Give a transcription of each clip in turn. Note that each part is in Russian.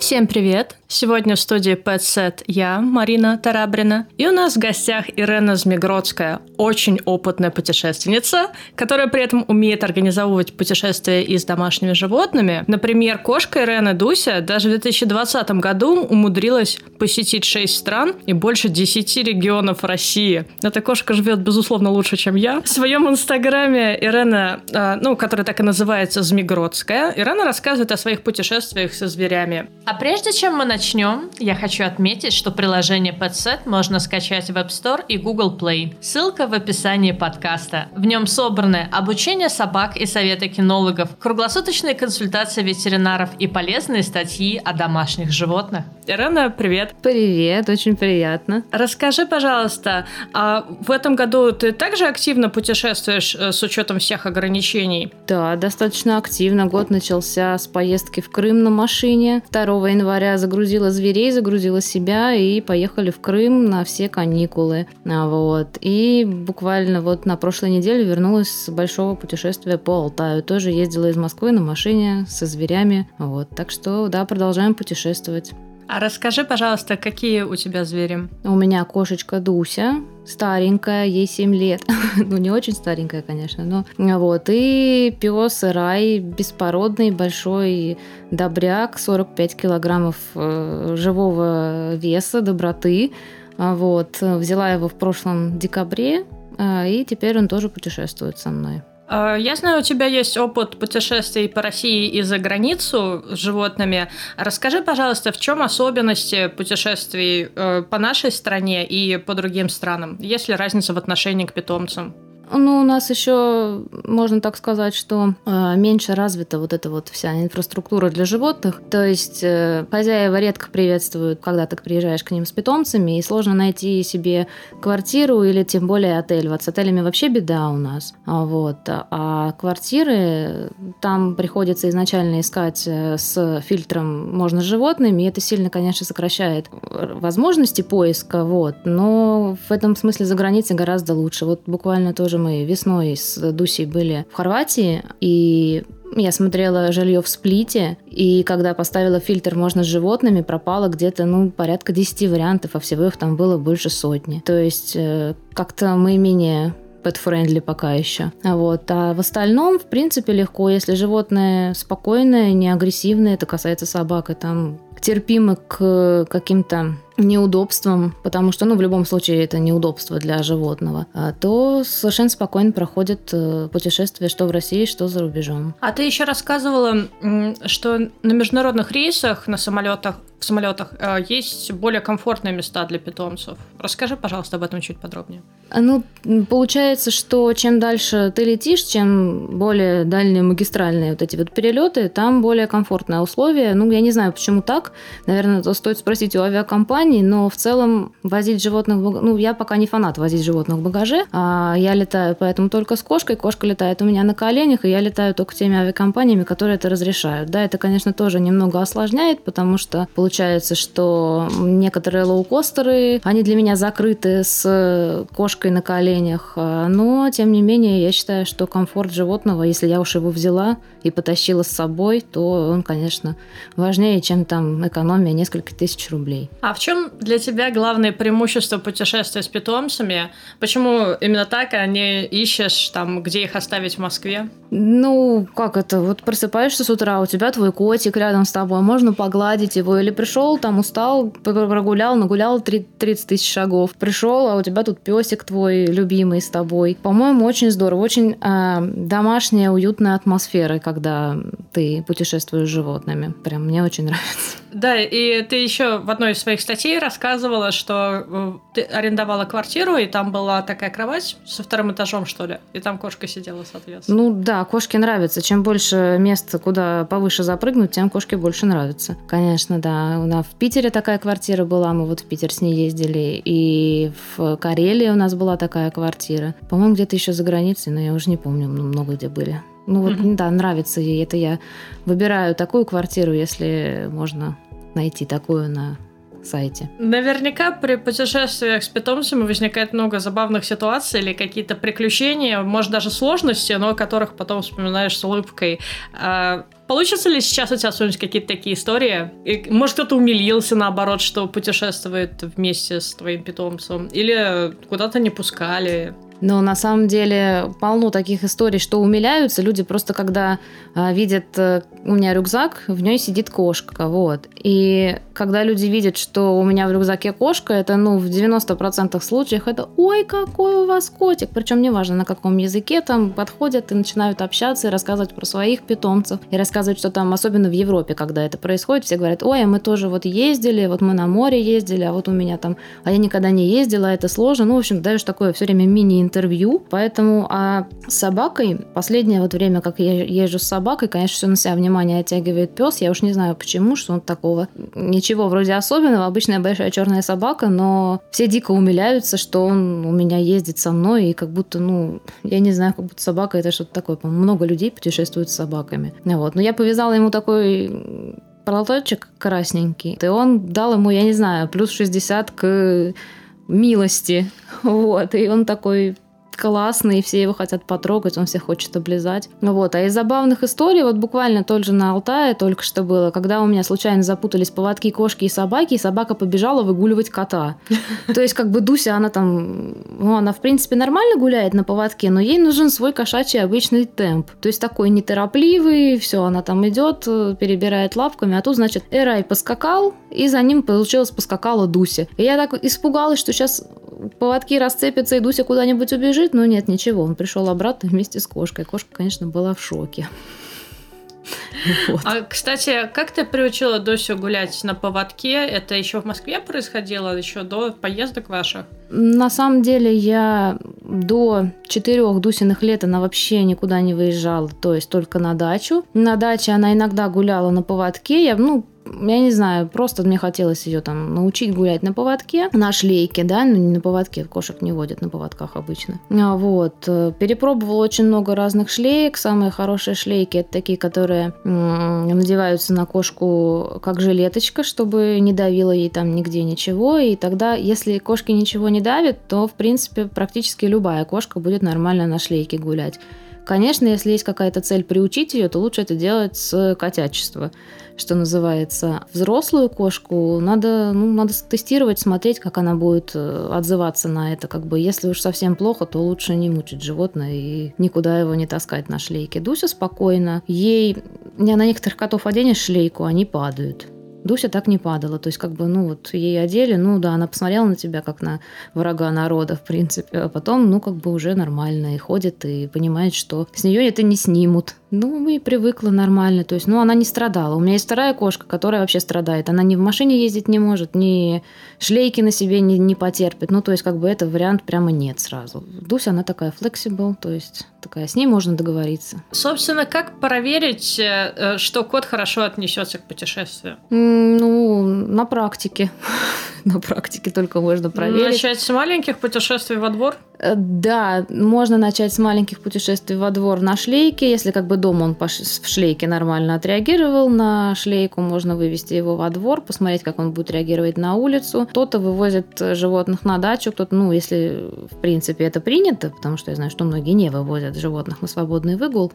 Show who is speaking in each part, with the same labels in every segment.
Speaker 1: Всем привет! Сегодня в студии PetSet я, Марина Тарабрина, и у нас в гостях Ирена Змегродская, очень опытная путешественница, которая при этом умеет организовывать путешествия и с домашними животными. Например, кошка Ирены Дуся даже в 2020 году умудрилась посетить 6 стран и больше 10 регионов России. Эта кошка живет, безусловно, лучше, чем я. В своем инстаграме Ирена, который так и называется, Змегродская, Ирена рассказывает о своих путешествиях со зверями. А прежде чем мы начнем, я хочу отметить, что приложение PetSet можно скачать в App Store и Google Play. Ссылка в описании подкаста. В нем собраны обучение собак и советы кинологов, круглосуточные консультации ветеринаров и полезные статьи о домашних животных. Ирена, привет!
Speaker 2: Привет, очень приятно.
Speaker 1: Расскажи, пожалуйста, а в этом году ты также активно путешествуешь с учетом всех ограничений?
Speaker 2: Да, достаточно активно. Год начался с поездки в Крым на машине. 2 января загрузила зверей, загрузила себя и поехали в Крым на все каникулы. И буквально на прошлой неделе вернулась с большого путешествия по Алтаю. Тоже ездила из Москвы на машине со зверями. Так что, да, продолжаем путешествовать.
Speaker 1: А расскажи, пожалуйста, какие у тебя звери?
Speaker 2: У меня кошечка Дуся, старенькая, ей 7 лет. Не очень старенькая, конечно, но и пес Рай, беспородный, большой добряк, 45 килограммов живого веса, доброты. Взяла его в прошлом декабре, и теперь он тоже путешествует со мной.
Speaker 1: Я знаю, у тебя есть опыт путешествий по России и за границу с животными. Расскажи, пожалуйста, в чем особенности путешествий по нашей стране и по другим странам? Есть ли разница в отношении к питомцам?
Speaker 2: У нас еще, можно так сказать, что меньше развита эта вся инфраструктура для животных. То есть хозяева редко приветствуют, когда ты приезжаешь к ним с питомцами, и сложно найти себе квартиру или тем более отель. С отелями вообще беда у нас. А квартиры там приходится изначально искать с фильтром «можно с животными», и это сильно, конечно, сокращает возможности поиска, но в этом смысле за границей гораздо лучше. Буквально тоже мы весной с Дусей были в Хорватии, и я смотрела жилье в Сплите, и когда поставила фильтр «можно с животными», пропало где-то, порядка 10 вариантов, а всего их там было больше 100. То есть как-то мы менее pet-friendly пока еще. А в остальном, в принципе, легко. Если животное спокойное, не агрессивное, это касается собак, и там терпимы к каким-то неудобствам, потому что, в любом случае, это неудобство для животного, то совершенно спокойно проходит путешествие что в России, что за рубежом.
Speaker 1: А ты еще рассказывала, что на международных рейсах, в самолетах есть более комфортные места для питомцев. Расскажи, пожалуйста, об этом чуть подробнее.
Speaker 2: Получается, что чем дальше ты летишь, чем более дальние магистральные эти перелеты, там более комфортные условия. Я не знаю, почему так. Наверное, это стоит спросить у авиакомпаний, но в целом возить животных я пока не фанат возить животных в багаже. Я летаю поэтому только с кошкой. Кошка летает у меня на коленях, и я летаю только теми авиакомпаниями, которые это разрешают. Да, это, конечно, тоже немного осложняет, потому что получается, что некоторые лоукостеры, они для меня закрыты с кошкой на коленях, но, тем не менее, я считаю, что комфорт животного, если я уж его взяла и потащила с собой, то он, конечно, важнее, чем там экономия несколько тысяч рублей.
Speaker 1: А в чем для тебя главное преимущество путешествия с питомцами? Почему именно так, а не ищешь где их оставить в Москве?
Speaker 2: Как это? Просыпаешься с утра, у тебя твой котик рядом с тобой, можно погладить его, или пришел, устал, нагулял 30 тысяч шагов, пришел, а у тебя тут песик твой любимый с тобой. По-моему, очень здорово, очень домашняя, уютная атмосфера, когда ты путешествуешь с животными. Прям мне очень нравится.
Speaker 1: Да, и ты еще в одной из своих статей рассказывала, что ты арендовала квартиру, и там была такая кровать со 2 этажом, что ли, и там кошка сидела, соответственно.
Speaker 2: Да, кошке нравится. Чем больше места, куда повыше запрыгнуть, тем кошке больше нравится. Конечно, да. В Питере такая квартира была, мы в Питер с ней ездили, и в Карелии у нас была такая квартира. По-моему, где-то еще за границей, но я уже не помню, много где были. Да, нравится ей. Это я выбираю такую квартиру, если можно найти такую на сайте.
Speaker 1: Наверняка при путешествиях с питомцами возникает много забавных ситуаций или какие-то приключения, может, даже сложности, но о которых потом вспоминаешь с улыбкой. Получится ли сейчас у тебя вспомнить какие-то такие истории? И, может, кто-то умилился, наоборот, что путешествует вместе с твоим питомцем? Или куда-то не пускали?
Speaker 2: Но на самом деле полно таких историй, что умиляются люди просто, когда видят у меня рюкзак, в ней сидит кошка, вот. И когда люди видят, что у меня в рюкзаке кошка, это, в 90% случаев это «Ой, какой у вас котик!» Причем неважно, на каком языке, там подходят и начинают общаться и рассказывать про своих питомцев, и рассказывать, что там, особенно в Европе, когда это происходит, все говорят: «Ой, а мы тоже вот ездили, вот мы на море ездили, а вот у меня там, а я никогда не ездила, это сложно». В общем, даешь такое все время мини-интервью. Поэтому, а с собакой, последнее вот время, как я езжу с собакой, конечно, все на себя внимание оттягивает пес. Я уж не знаю почему, что он такого. Ничего вроде особенного, обычная большая черная собака, но все дико умиляются, что он у меня ездит со мной, и как будто, я не знаю, как будто собака это что-то такое. По-моему, много людей путешествуют с собаками. Вот. Но я повязала ему такой платочек красненький, и он дал ему, я не знаю, плюс 60 к милости. Вот. И он такой классный, все его хотят потрогать, он всех хочет облизать. Вот. А из забавных историй, вот буквально тот же на Алтае только что было, когда у меня случайно запутались поводки кошки и собаки, и собака побежала выгуливать кота. То есть, как бы Дуся, она там, она в принципе нормально гуляет на поводке, но ей нужен свой кошачий обычный темп. То есть, такой неторопливый, все, она там идет, перебирает лапками, а тут, значит, Эрай поскакал, и за ним поскакала Дуся. И я так испугалась, что сейчас поводки расцепятся, и Дуся куда-нибудь убежит, но нет, ничего, он пришел обратно вместе с кошкой. Кошка, конечно, была в шоке. Вот.
Speaker 1: А, кстати, как ты приучила Дусю гулять на поводке? Это еще в Москве происходило, еще до поездок ваших?
Speaker 2: На самом деле я до 4 Дусиных лет она вообще никуда не выезжала, то есть только на дачу. На даче она иногда гуляла на поводке, я не знаю, просто мне хотелось ее там научить гулять на поводке, на шлейке, да, не на поводке, кошек не водят на поводках обычно. Вот. Перепробовала очень много разных шлеек. Самые хорошие шлейки — это такие, которые надеваются на кошку как жилеточка, чтобы не давило ей там нигде ничего. И тогда, если кошке ничего не давит, то, в принципе, практически любая кошка будет нормально на шлейке гулять. Конечно, если есть какая-то цель приучить ее, то лучше это делать с котячества, что называется. Взрослую кошку надо тестировать, смотреть, как она будет отзываться на это. Как бы, если уж совсем плохо, то лучше не мучить животное и никуда его не таскать на шлейке. Дуся спокойно. На некоторых котов оденешь шлейку, они падают. Дуся так не падала. То есть, ей одели, она посмотрела на тебя, как на врага народа, в принципе. А потом, уже нормально. И ходит, и понимает, что с нее это не снимут. И привыкла нормально. То есть, она не страдала. У меня есть вторая кошка, которая вообще страдает. Она ни в машине ездить не может, ни шлейки на себе не потерпит. Это вариант прямо нет сразу. Дуся, она такая flexible, то есть такая, с ней можно договориться.
Speaker 1: Собственно, как проверить, что кот хорошо отнесется к путешествию?
Speaker 2: На практике. На практике только можно проверить.
Speaker 1: Начать с маленьких путешествий во двор?
Speaker 2: Да, можно начать с маленьких путешествий во двор на шлейке. Если дома он в шлейке нормально отреагировал на шлейку, можно вывести его во двор, посмотреть, как он будет реагировать на улицу. Кто-то вывозит животных на дачу, кто-то, если в принципе это принято, потому что я знаю, что многие не вывозят животных на свободный выгул,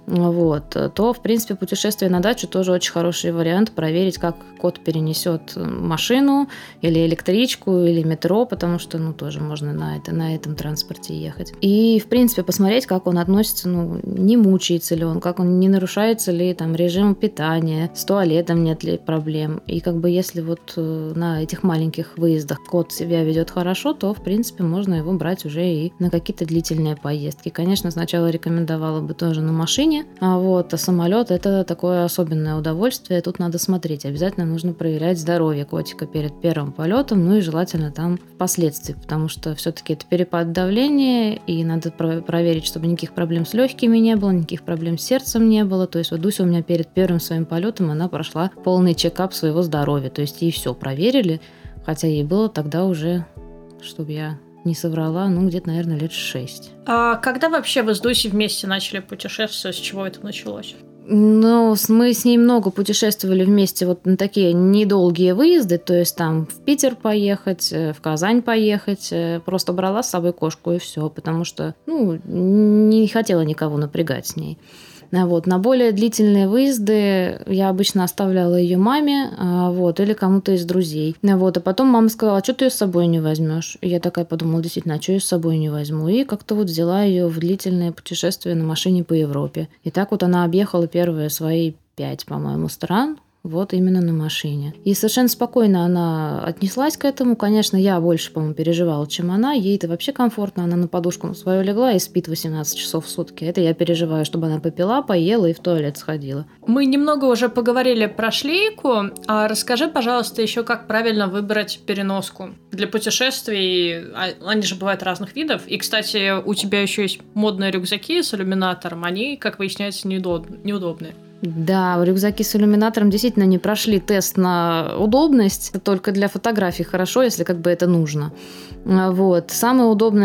Speaker 2: то в принципе путешествие на дачу тоже очень хороший вариант проверить, как кот перенесет машину или электричку или метро, потому что тоже можно на этом транспорте ехать. И в принципе посмотреть, как он относится, не мучается ли он, как он, не нарушается ли там режим питания, с туалетом нет ли проблем. И если на этих маленьких выездах кот себя ведет хорошо, то в принципе можно его брать уже и на какие-то длительные поездки. Конечно, сначала рекомендовала бы тоже на машине, а самолет — это такое особенное удовольствие, тут надо смотреть. Обязательно нужно проверять здоровье котика перед первым полетом, и желательно там впоследствии, потому что все-таки это перепад давления, и надо проверить, чтобы никаких проблем с легкими не было, никаких проблем с сердцем не было. То есть Дуся у меня перед первым своим полетом, она прошла полный чекап своего здоровья. То есть ей все проверили, хотя ей было тогда уже, чтобы я не соврала, где-то, наверное, лет 6.
Speaker 1: А когда вообще вы с Дусей вместе начали путешествовать? С чего это началось?
Speaker 2: Ну, мы с ней много путешествовали вместе вот на такие недолгие выезды, то есть там в Питер поехать, в Казань поехать, просто брала с собой кошку и все, потому что, ну, не хотела никого напрягать с ней. Вот. На более длительные выезды я обычно оставляла ее маме, вот, или кому-то из друзей. Вот. А потом мама сказала: а что ты ее с собой не возьмешь? И я такая подумала: действительно, а что я с собой не возьму? И как-то вот взяла ее в длительное путешествие на машине по Европе. И так вот она объехала первые свои 5, по-моему, стран. Вот именно на машине. И совершенно спокойно она отнеслась к этому. Конечно, я больше, по-моему, переживала, чем она. Ей-то вообще комфортно. Она на подушку свою легла и спит 18 часов в сутки. Это я переживаю, чтобы она попила, поела и в туалет сходила.
Speaker 1: Мы немного уже поговорили про шлейку. А расскажи, пожалуйста, еще как правильно выбрать переноску для путешествий. Они же бывают разных видов. И, кстати, у тебя еще есть модные рюкзаки с иллюминатором. Они, как выясняется, неудобные.
Speaker 2: Да, рюкзаки с иллюминатором действительно не прошли тест на удобность. Это только для фотографий хорошо, если как бы это нужно. Вот. Самый удобный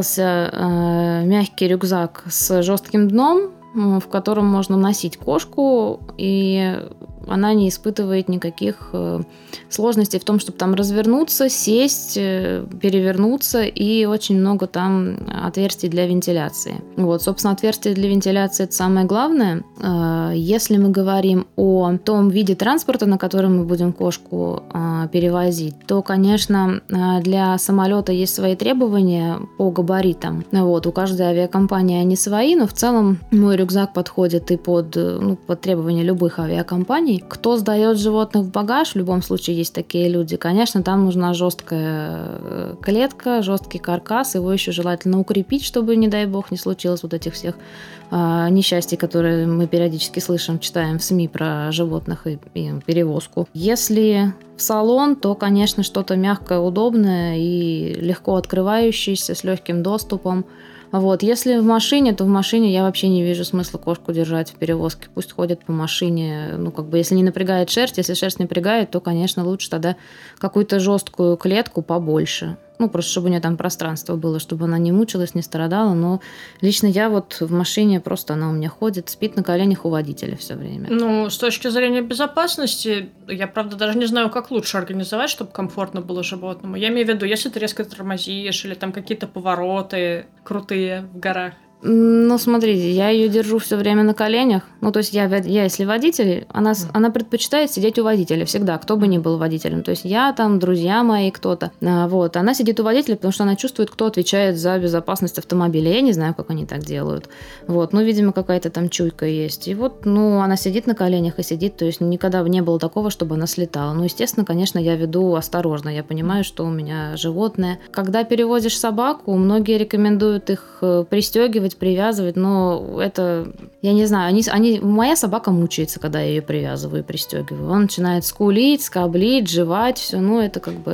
Speaker 2: оказался мягкий рюкзак с жестким дном, в котором можно носить кошку, и она не испытывает никаких сложностей в том, чтобы там развернуться, сесть, перевернуться, и очень много там отверстий для вентиляции. Вот, собственно, отверстия для вентиляции – это самое главное. Если мы говорим о том виде транспорта, на котором мы будем кошку перевозить, то, конечно, для самолета есть свои требования по габаритам. Вот, у каждой авиакомпании они свои, но в целом мой рюкзак подходит и под требования любых авиакомпаний. Кто сдает животных в багаж, в любом случае есть такие люди, конечно, там нужна жесткая клетка, жесткий каркас, его еще желательно укрепить, чтобы, не дай бог, не случилось вот этих всех несчастий, которые мы периодически слышим, читаем в СМИ про животных и перевозку. Если в салон, то, конечно, что-то мягкое, удобное и легко открывающееся, с легким доступом. Вот. Если в машине, то в машине я вообще не вижу смысла кошку держать в перевозке. Пусть ходит по машине, если не напрягает шерсть. Если шерсть напрягает, то, конечно, лучше тогда какую-то жесткую клетку побольше. Просто чтобы у нее там пространство было, чтобы она не мучилась, не страдала. Но лично я вот в машине, просто она у меня ходит, спит на коленях у водителя все время.
Speaker 1: С точки зрения безопасности, я, правда, даже не знаю, как лучше организовать, чтобы комфортно было животному. Я имею в виду, если ты резко тормозишь или там какие-то повороты крутые в горах.
Speaker 2: Смотрите, я ее держу все время на коленях. То есть я если водитель, она предпочитает сидеть у водителя всегда, кто бы ни был водителем. То есть я там, друзья мои, кто-то. Вот. Она сидит у водителя, потому что она чувствует, кто отвечает за безопасность автомобиля. Я не знаю, как они так делают. Вот. Видимо, какая-то там чуйка есть. И вот, она сидит на коленях и сидит. То есть никогда не было такого, чтобы она слетала. Естественно, конечно, я веду осторожно. Я понимаю, что у меня животное. Когда перевозишь собаку, многие рекомендуют их пристегивать, привязывать, но это, я не знаю, моя собака мучается, когда я ее привязываю и пристегиваю. Он начинает скулить, скоблить, жевать, все, это как бы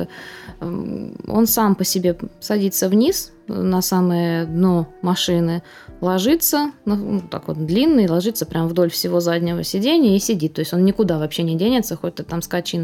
Speaker 2: он сам по себе садится вниз на самое дно машины, ложится, так вот длинный, ложится прям вдоль всего заднего сиденья и сидит. То есть он никуда вообще не денется, хоть ты там скачи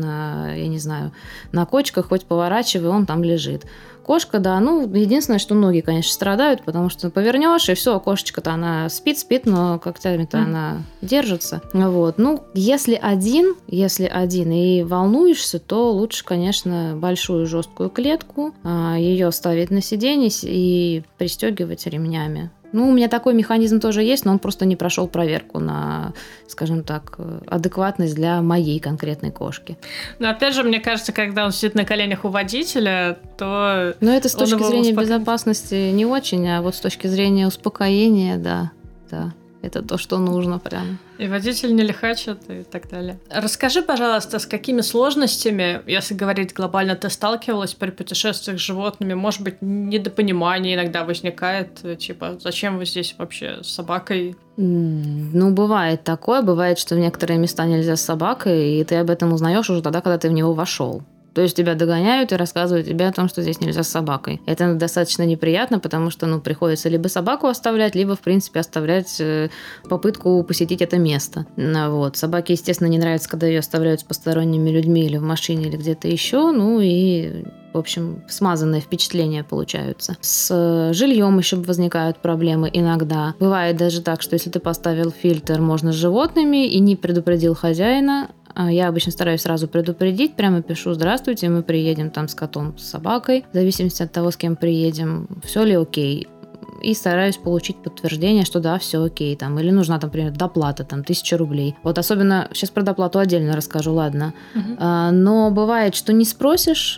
Speaker 2: на кочках, хоть поворачивай, он там лежит. Кошка, да, единственное, что ноги, конечно, страдают, потому что повернешь, и все, кошечка-то она спит, но когтями-то она держится. Вот. Если один и волнуешься, то лучше, конечно, большую жесткую клетку, ее ставить на сиденье и пристегивать ремнями. У меня такой механизм тоже есть, но он просто не прошел проверку на, скажем так, адекватность для моей конкретной кошки.
Speaker 1: Опять же, мне кажется, когда он сидит на коленях у водителя, то...
Speaker 2: это с точки зрения безопасности не очень, а вот с точки зрения успокоения, да. Это то, что нужно прям.
Speaker 1: И водитель не лихачит и так далее. Расскажи, пожалуйста, с какими сложностями, если говорить глобально, ты сталкивалась при путешествиях с животными? Может быть, недопонимание иногда возникает, зачем вы здесь вообще с собакой?
Speaker 2: Бывает такое. Бывает, что в некоторые места нельзя с собакой, и ты об этом узнаешь уже тогда, когда ты в него вошел. То есть тебя догоняют и рассказывают тебе о том, что здесь нельзя с собакой. Это достаточно неприятно, потому что, приходится либо собаку оставлять, либо, в принципе, оставлять попытку посетить это место. Вот. Собаке, естественно, не нравится, когда ее оставляют с посторонними людьми или в машине, или где-то еще. И, в общем, смазанные впечатления получаются. С жильем еще возникают проблемы иногда. Бывает даже так, что если ты поставил фильтр «можно с животными» и не предупредил хозяина, я обычно стараюсь сразу предупредить, прямо пишу: «Здравствуйте, мы приедем там с котом, с собакой», в зависимости от того, с кем приедем, все ли окей. И стараюсь получить подтверждение, что да, все окей. Или нужна, например, доплата, 1000 рублей. Вот особенно, сейчас про доплату отдельно расскажу, ладно. Но бывает, что не спросишь,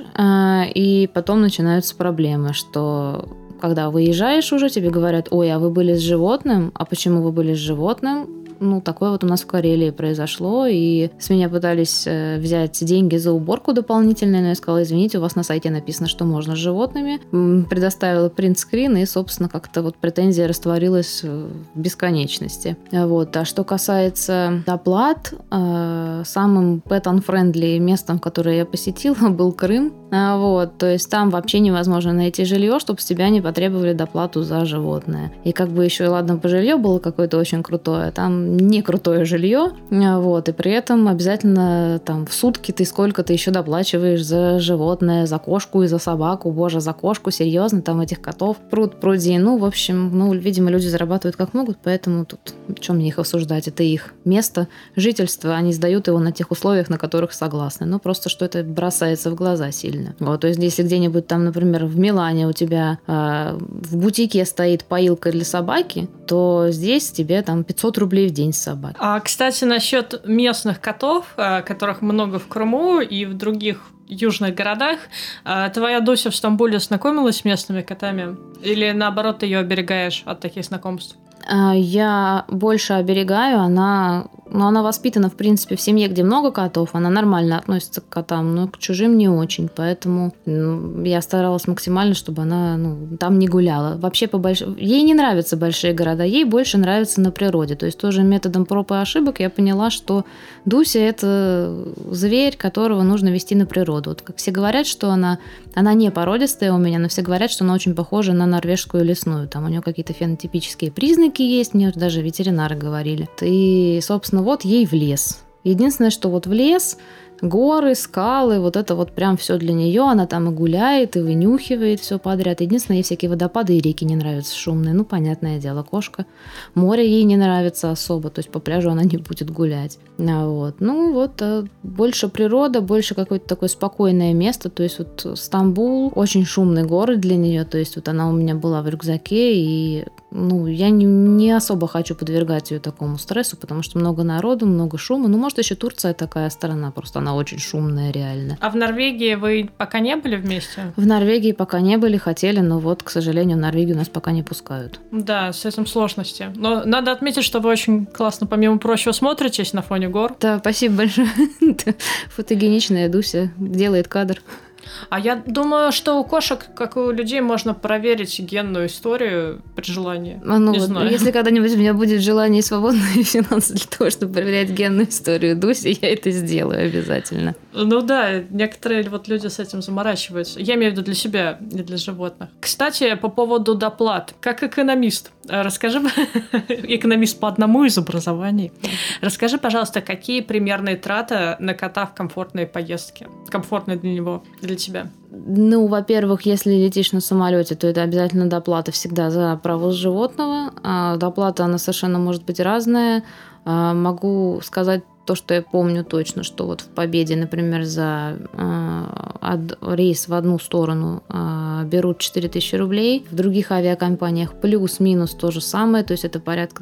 Speaker 2: и потом начинаются проблемы, что когда выезжаешь уже, тебе говорят: «Ой, а вы были с животным? А почему вы были с животным?» Такое вот у нас в Карелии произошло, и с меня пытались взять деньги за уборку дополнительные, но я сказала: «Извините, у вас на сайте написано, что можно с животными». Предоставила принтскрин, и, собственно, как-то вот претензия растворилась в бесконечности. Вот. А что касается доплат, самым pet-unfriendly местом, которое я посетила, был Крым. Вот. То есть там вообще невозможно найти жилье, чтобы с тебя не потребовали доплату за животное. И еще, ладно, по жилье было какое-то очень крутое, там не крутое жилье, вот, и при этом обязательно в сутки ты сколько-то еще доплачиваешь за животное, за кошку и за собаку. Боже, за кошку, серьезно, этих котов пруд-пруди. В общем, видимо, люди зарабатывают как могут, поэтому тут, чем мне их осуждать, это их место жительства, они сдают его на тех условиях, на которых согласны. Просто что это бросается в глаза сильно. Вот, то есть, если где-нибудь например, в Милане у тебя в бутике стоит поилка для собаки, то здесь тебе 500 рублей в день с собакой.
Speaker 1: А, кстати, насчет местных котов, которых много в Крыму и в других южных городах, твоя Дуся в Стамбуле знакомилась с местными котами? Или, наоборот, ты ее оберегаешь от таких знакомств?
Speaker 2: Я больше оберегаю. Она воспитана, в принципе, в семье, где много котов. Она нормально относится к котам, но к чужим не очень. Поэтому я старалась максимально, чтобы она там не гуляла. Вообще, ей не нравятся большие города, ей больше нравится на природе. То есть тоже методом проб и ошибок я поняла, что Дуся – это зверь, которого нужно вести на природу. Вот как все говорят, что она не породистая у меня, но все говорят, что она очень похожа на норвежскую лесную. Там у нее какие-то фенотипические признаки есть, мне даже ветеринары говорили. И, собственно, вот ей в лес. Единственное, что вот в лес, горы, скалы, вот это вот прям все для нее. Она там и гуляет, и вынюхивает все подряд. Единственное, ей всякие водопады и реки не нравятся шумные. Понятное дело, кошка. Море ей не нравится особо, то есть по пляжу она не будет гулять. Вот. Больше природа, больше какое-то такое спокойное место. То есть вот Стамбул очень шумный город для нее. То есть вот она у меня была в рюкзаке, и я не особо хочу подвергать ее такому стрессу, потому что много народу, много шума. Может, еще Турция такая страна, просто она очень шумная реально.
Speaker 1: А в Норвегии вы пока не были вместе?
Speaker 2: В Норвегии пока не были, хотели, но к сожалению, в Норвегию нас пока не пускают.
Speaker 1: Да, с этим сложности. Но надо отметить, что вы очень классно, помимо прочего, смотритесь на фоне гор.
Speaker 2: Да, спасибо большое. Фотогеничная Дуся делает кадр.
Speaker 1: А я думаю, что у кошек, как и у людей, можно проверить генную историю при желании. Не знаю.
Speaker 2: Если когда-нибудь у меня будет желание и свободные финансы для того, чтобы проверять генную историю Дуси, я это сделаю обязательно.
Speaker 1: Да, некоторые люди с этим заморачиваются. Я имею в виду для себя, не для животных. Кстати, по поводу доплат. Как экономист, расскажи, экономист по одному из образований, расскажи, пожалуйста, какие примерные траты на кота в комфортной поездке? Комфортные для него, для тебя?
Speaker 2: Во-первых, если летишь на самолете, то это обязательно доплата всегда за провоз животного. Доплата, она совершенно может быть разная. Могу сказать то, что я помню точно, что вот в Победе, например, за рейс в одну сторону берут 4000 рублей. В других авиакомпаниях плюс-минус то же самое, то есть это порядка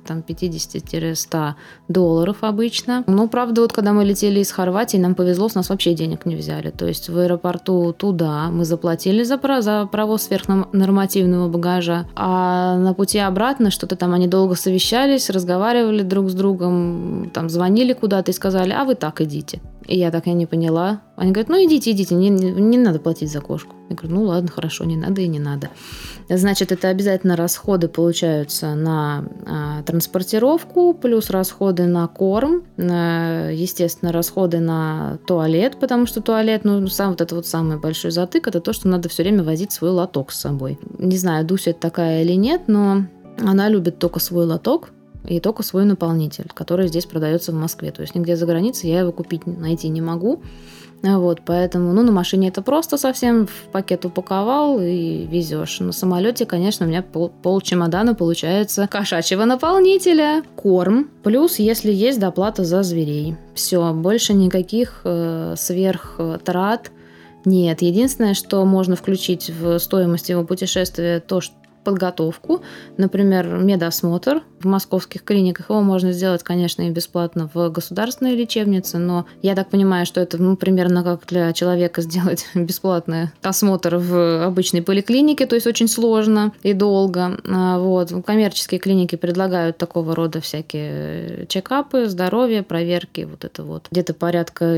Speaker 2: 50-100 долларов обычно. Но, правда, когда мы летели из Хорватии, нам повезло, с нас вообще денег не взяли. То есть в аэропорту туда мы заплатили за провоз сверхнормативного багажа, а на пути обратно что-то они долго совещались, разговаривали друг с другом, звонили куда-то и сказали: а вы так идите. И я не поняла. Они говорят, идите, не надо платить за кошку. Я говорю, ладно, хорошо, не надо и не надо. Значит, это обязательно расходы получаются на транспортировку, плюс расходы на корм, естественно, расходы на туалет, потому что туалет, самый большой затык, это то, что надо все время возить свой лоток с собой. Не знаю, Дуся это такая или нет, но она любит только свой лоток и только свой наполнитель, который здесь продается в Москве. То есть нигде за границей я его найти не могу. Поэтому, на машине это просто совсем в пакет упаковал и везешь. На самолете, конечно, у меня пол чемодана получается кошачьего наполнителя, корм, плюс, если есть доплата за зверей. Все, больше никаких сверхтрат нет. Единственное, что можно включить в стоимость его путешествия, то, что подготовку, например, медосмотр. В московских клиниках его можно сделать, конечно, и бесплатно в государственной лечебнице, но я так понимаю, что это примерно как для человека сделать бесплатный осмотр в обычной поликлинике, то есть очень сложно и долго. Коммерческие клиники предлагают такого рода всякие чекапы, здоровье, проверки, Где-то порядка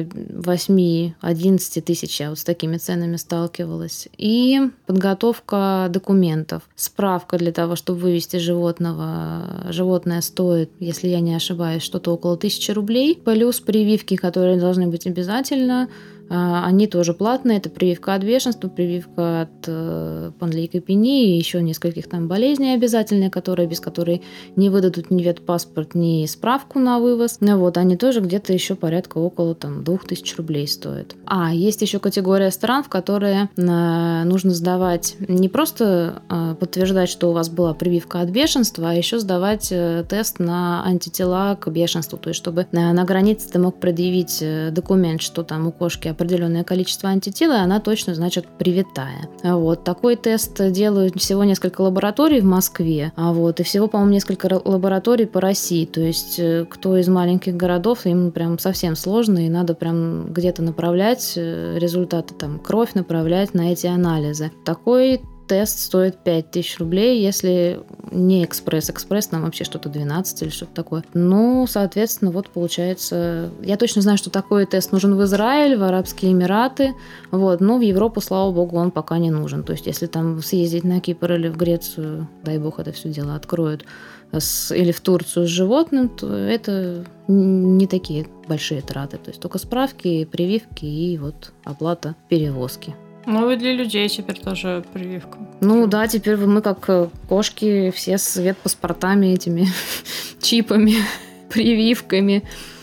Speaker 2: 8-11 тысяч я с такими ценами сталкивалась. И подготовка документов. Справка для того, чтобы вывести животного. Животное стоит, если я не ошибаюсь, что-то около 1000 рублей. Плюс прививки, которые должны быть обязательно. Они тоже платные. Это прививка от бешенства, прививка от панлейкопении и еще нескольких болезней обязательные, без которой не выдадут ни ветпаспорт, ни справку на вывоз. Они тоже где-то еще порядка около 2000 рублей стоят. Есть еще категория стран, в которые нужно сдавать не просто подтверждать, что у вас была прививка от бешенства, а еще сдавать тест на антитела к бешенству. То есть, чтобы на границе ты мог предъявить документ, что там у кошки определенное количество антител, и она точно, значит, привитая. Такой тест делают всего несколько лабораторий в Москве, и всего, по-моему, несколько лабораторий по России. То есть, кто из маленьких городов, им прям совсем сложно, и надо прям где-то направлять результаты, кровь направлять на эти анализы. Такой тест стоит 5000 рублей, если не экспресс. Экспресс там вообще что-то 12 или что-то такое. Соответственно, получается... Я точно знаю, что такой тест нужен в Израиль, в Арабские Эмираты. Но в Европу, слава богу, он пока не нужен. То есть, если там съездить на Кипр или в Грецию, дай бог, это все дело откроют, или в Турцию с животным, то это не такие большие траты. То есть, только справки, прививки и оплата перевозки.
Speaker 1: И для людей теперь тоже прививка.
Speaker 2: Да, теперь мы как кошки все с ветпаспортами, этими чипами, прививками.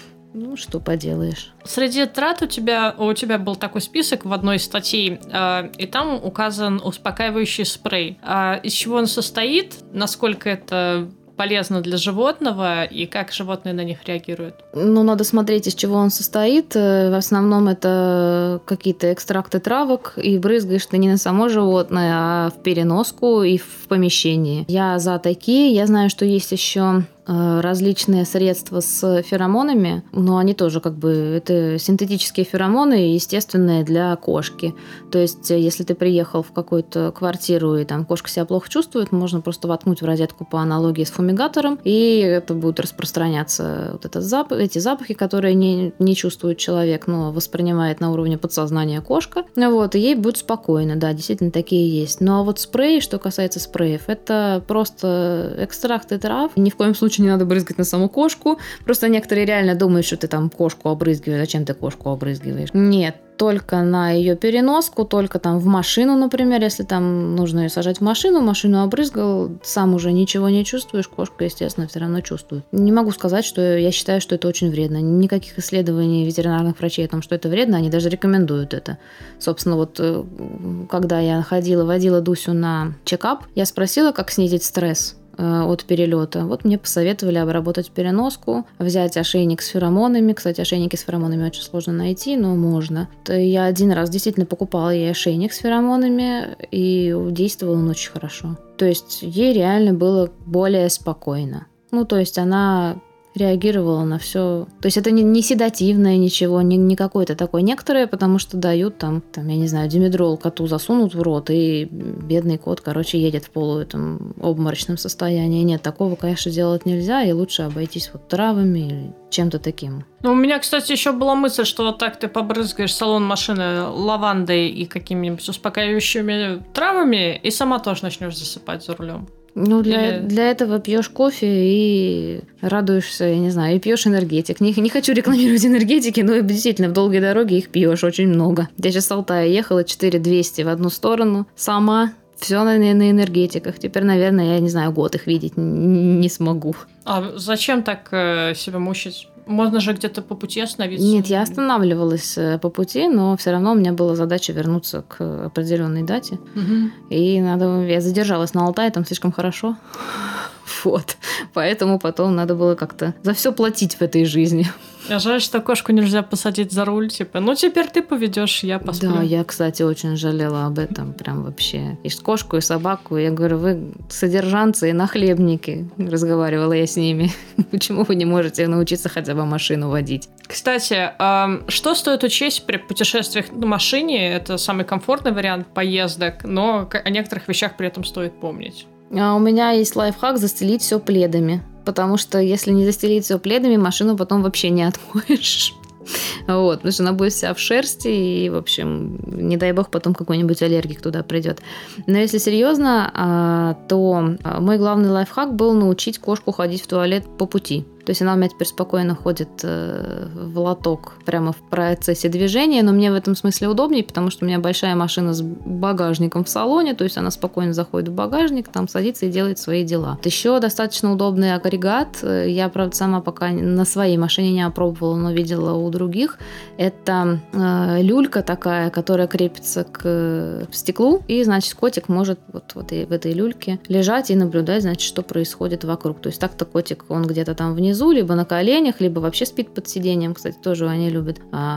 Speaker 2: Что поделаешь.
Speaker 1: Среди трат у тебя был такой список в одной из статей, и там указан успокаивающий спрей. Из чего он состоит, насколько это полезно для животного и как животные на них реагируют?
Speaker 2: Надо смотреть, из чего он состоит. В основном это какие-то экстракты травок, и брызгаешь ты не на само животное, а в переноску и в помещении. Я за такие. Я знаю, что есть еще различные средства с феромонами, но они тоже это синтетические феромоны, естественные для кошки. То есть, если ты приехал в какую-то квартиру и там кошка себя плохо чувствует, можно просто воткнуть в розетку по аналогии с фумигатором, и это будет распространяться эти запахи, которые не чувствует человек, но воспринимает на уровне подсознания кошка. И ей будет спокойно. Да, действительно, такие есть. Но спрей, что касается спреев, это просто экстракты трав. Ни в коем случае не надо брызгать на саму кошку. Просто некоторые реально думают, что ты там кошку обрызгиваешь. Зачем ты кошку обрызгиваешь? Нет. Только на ее переноску, только в машину, например, если там нужно ее сажать в машину обрызгал, сам уже ничего не чувствуешь, кошка, естественно, все равно чувствует. Не могу сказать, что я считаю, что это очень вредно. Никаких исследований ветеринарных врачей о том, что это вредно, они даже рекомендуют это. Собственно, когда я водила Дусю на чекап, я спросила, как снизить стресс от перелета. Мне посоветовали обработать переноску, взять ошейник с феромонами. Кстати, ошейники с феромонами очень сложно найти, но можно. Я один раз действительно покупала ей ошейник с феромонами, и действовал он очень хорошо. То есть ей реально было более спокойно. То есть она реагировала на все. То есть это не седативное ничего, не какое-то такое. Некоторые, потому что дают там, я не знаю, димедрол коту засунут в рот, и бедный кот, едет в этом обморочном состоянии. Нет, такого, конечно, делать нельзя, и лучше обойтись вот травами или чем-то таким.
Speaker 1: Ну, у меня, кстати, еще была мысль, что вот так ты побрызгаешь салон машины лавандой и какими-нибудь успокаивающими травами, и сама тоже начнешь засыпать за рулем.
Speaker 2: Ну, для этого пьешь кофе и радуешься, я не знаю, и пьешь энергетик. Не хочу рекламировать энергетики, но действительно в долгой дороге их пьешь очень много. Я сейчас с Алтая ехала 4200 в одну сторону, сама. Все на энергетиках. Теперь, наверное, я не знаю, год их видеть не смогу.
Speaker 1: А зачем так себя мучить? Можно же где-то по пути остановиться.
Speaker 2: Нет, я останавливалась по пути, но все равно у меня была задача вернуться к определенной дате.
Speaker 1: Угу.
Speaker 2: И я задержалась на Алтае, там слишком хорошо. Вот. Поэтому потом надо было как-то за все платить в этой жизни.
Speaker 1: А жаль, что кошку нельзя посадить за руль, теперь ты поведешь, я посплю.
Speaker 2: Да, я, кстати, очень жалела об этом, прям вообще. И кошку, и собаку. Я говорю, вы содержанцы и нахлебники. Разговаривала я с ними. Почему вы не можете научиться хотя бы машину водить?
Speaker 1: Кстати, что стоит учесть при путешествиях на машине? Это самый комфортный вариант поездок, но о некоторых вещах при этом стоит помнить.
Speaker 2: У меня есть лайфхак застелить все пледами. Потому что если не застелить все пледами, машину потом вообще не отмоешь. Вот, потому что она будет вся в шерсти, и, в общем, не дай бог, потом какой-нибудь аллергик туда придет. Но если серьезно, то мой главный лайфхак был научить кошку ходить в туалет по пути. То есть она у меня теперь спокойно ходит в лоток прямо в процессе движения, но мне в этом смысле удобнее, потому что у меня большая машина с багажником в салоне, то есть она спокойно заходит в багажник, там садится и делает свои дела. Еще достаточно удобный агрегат. Я, правда, сама пока на своей машине не опробовала, но видела у других. Это люлька такая, которая крепится к стеклу, и, значит, котик может вот в этой люльке лежать и наблюдать, значит, что происходит вокруг. То есть так-то котик, он где-то там внизу, либо на коленях, либо вообще спит под сиденьем, кстати, тоже они любят.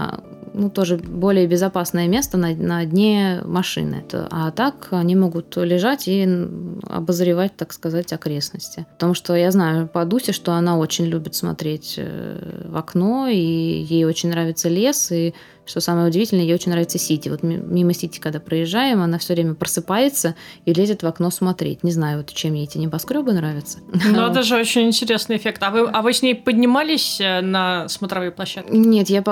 Speaker 2: Тоже более безопасное место на дне машины. А так они могут лежать и обозревать, так сказать, окрестности. Потому что я знаю по Дусе, что она очень любит смотреть в окно, и ей очень нравится лес, и что самое удивительное, ей очень нравится Сити. Вот мимо Сити, когда проезжаем, она все время просыпается и лезет в окно смотреть. Не знаю, вот чем ей эти небоскребы нравятся.
Speaker 1: Ну, это же очень интересный эффект. А вы с ней поднимались на смотровые площадки?
Speaker 2: Нет, я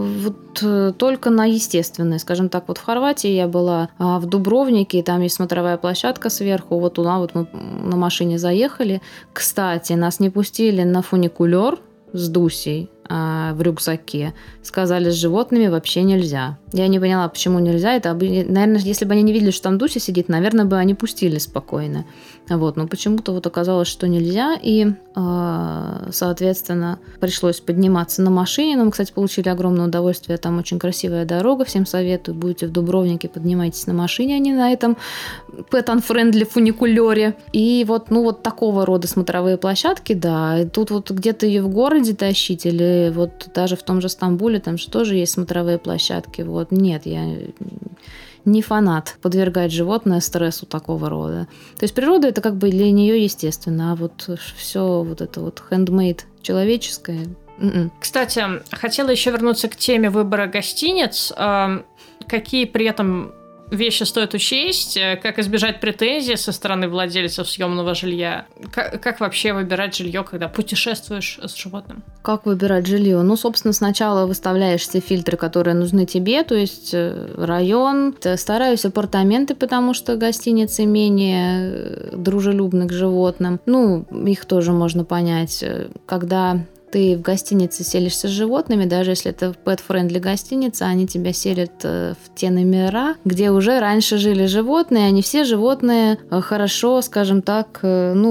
Speaker 2: только на естественные. Скажем так, вот в Хорватии я была в Дубровнике, и там есть смотровая площадка сверху. Вот туда вот мы на машине заехали. Кстати, нас не пустили на фуникулер с Дусей в рюкзаке. Сказали, с животными вообще нельзя. Я не поняла, почему нельзя. Это, наверное, если бы они не видели, что там Дуся сидит, наверное, бы они пустили спокойно. Вот. Но почему-то вот оказалось, что нельзя. И, соответственно, пришлось подниматься на машине. Но мы, кстати, получили огромное удовольствие. Там очень красивая дорога. Всем советую. Будете в Дубровнике, поднимайтесь на машине, а не на этом pet-unfriendly фуникулере. И вот такого рода смотровые площадки, да. И тут вот где-то ее в городе тащить или вот даже в том же Стамбуле, там же тоже есть смотровые площадки. Вот. Нет, я не фанат подвергать животное стрессу такого рода. То есть природа это как бы для нее естественно, а вот все вот это вот handmade человеческое.
Speaker 1: Кстати, хотела еще вернуться к теме выбора гостиниц. Какие при этом вещи стоит учесть, как избежать претензий со стороны владельцев съемного жилья, как вообще выбирать жилье, когда путешествуешь с животным?
Speaker 2: Как выбирать жилье? Ну, собственно, сначала выставляешь все фильтры, которые нужны тебе, то есть район. Стараюсь апартаменты, потому что гостиницы менее дружелюбны к животным. Ну, их тоже можно понять, когда ты в гостинице селишься с животными, даже если это pet-friendly гостиница, они тебя селят в те номера, где уже раньше жили животные, они все животные хорошо, скажем так,